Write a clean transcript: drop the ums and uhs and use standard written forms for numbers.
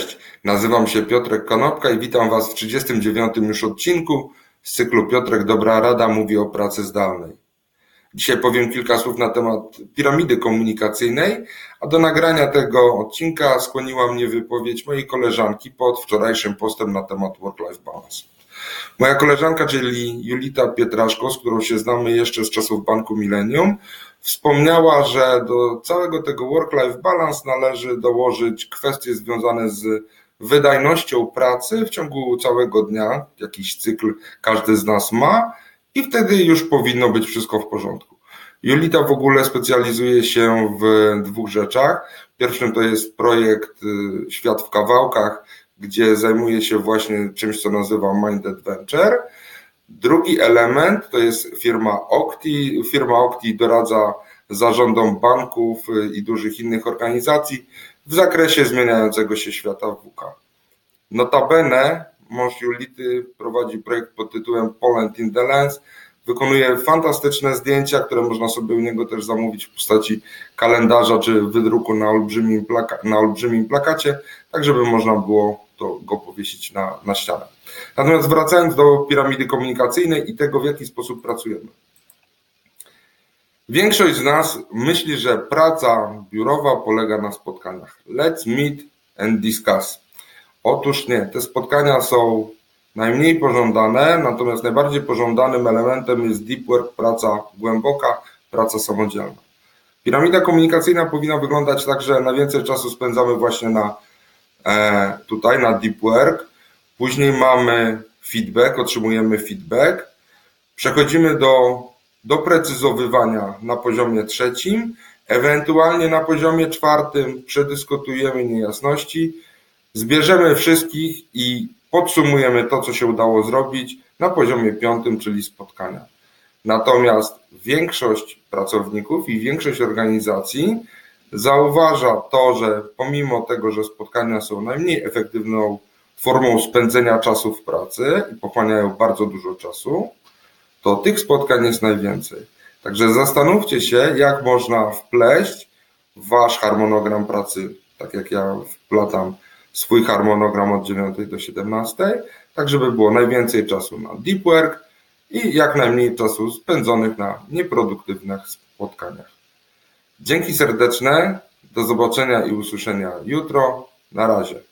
Cześć, nazywam się Piotrek Konopka i witam Was w 39. już odcinku z cyklu Piotrek Dobra Rada mówi o pracy zdalnej. Dzisiaj powiem kilka słów na temat piramidy komunikacyjnej, a do nagrania tego odcinka skłoniła mnie wypowiedź mojej koleżanki pod wczorajszym postem na temat work-life balance. Moja koleżanka, czyli Julita Pietraszko, z którą się znamy jeszcze z czasów Banku Millennium, wspomniała, że do całego tego work-life balance należy dołożyć kwestie związane z wydajnością pracy w ciągu całego dnia. Jakiś cykl każdy z nas ma i wtedy już powinno być wszystko w porządku. Julita w ogóle specjalizuje się w dwóch rzeczach. Pierwszym to jest projekt Świat w kawałkach, gdzie zajmuje się właśnie czymś, co nazywa Mind Adventure. Drugi element to jest firma Octi. Firma Octi doradza zarządom banków i dużych innych organizacji w zakresie zmieniającego się świata VUCA. Notabene mąż Julity prowadzi projekt pod tytułem Poland in the Lens. Wykonuje fantastyczne zdjęcia, które można sobie u niego też zamówić w postaci kalendarza czy wydruku na olbrzymim plakacie, tak żeby można było go powiesić na ścianę. Natomiast wracając do piramidy komunikacyjnej i tego, w jaki sposób pracujemy. Większość z nas myśli, że praca biurowa polega na spotkaniach. Let's meet and discuss. Otóż nie, te spotkania są najmniej pożądane, natomiast najbardziej pożądanym elementem jest deep work, praca głęboka, praca samodzielna. Piramida komunikacyjna powinna wyglądać tak, że najwięcej czasu spędzamy właśnie na deep work, później mamy feedback, otrzymujemy feedback, przechodzimy do doprecyzowywania na poziomie trzecim, ewentualnie na poziomie czwartym przedyskutujemy niejasności, zbierzemy wszystkich i podsumujemy to, co się udało zrobić na poziomie piątym, czyli spotkania. Natomiast większość pracowników i większość organizacji zauważa to, że pomimo tego, że spotkania są najmniej efektywną formą spędzenia czasu w pracy i pochłaniają bardzo dużo czasu, to tych spotkań jest najwięcej. Także zastanówcie się, jak można wpleść w wasz harmonogram pracy, tak jak ja wplatam swój harmonogram od 9 do 17, tak żeby było najwięcej czasu na deep work i jak najmniej czasu spędzonych na nieproduktywnych spotkaniach. Dzięki serdeczne, do zobaczenia i usłyszenia jutro. Na razie.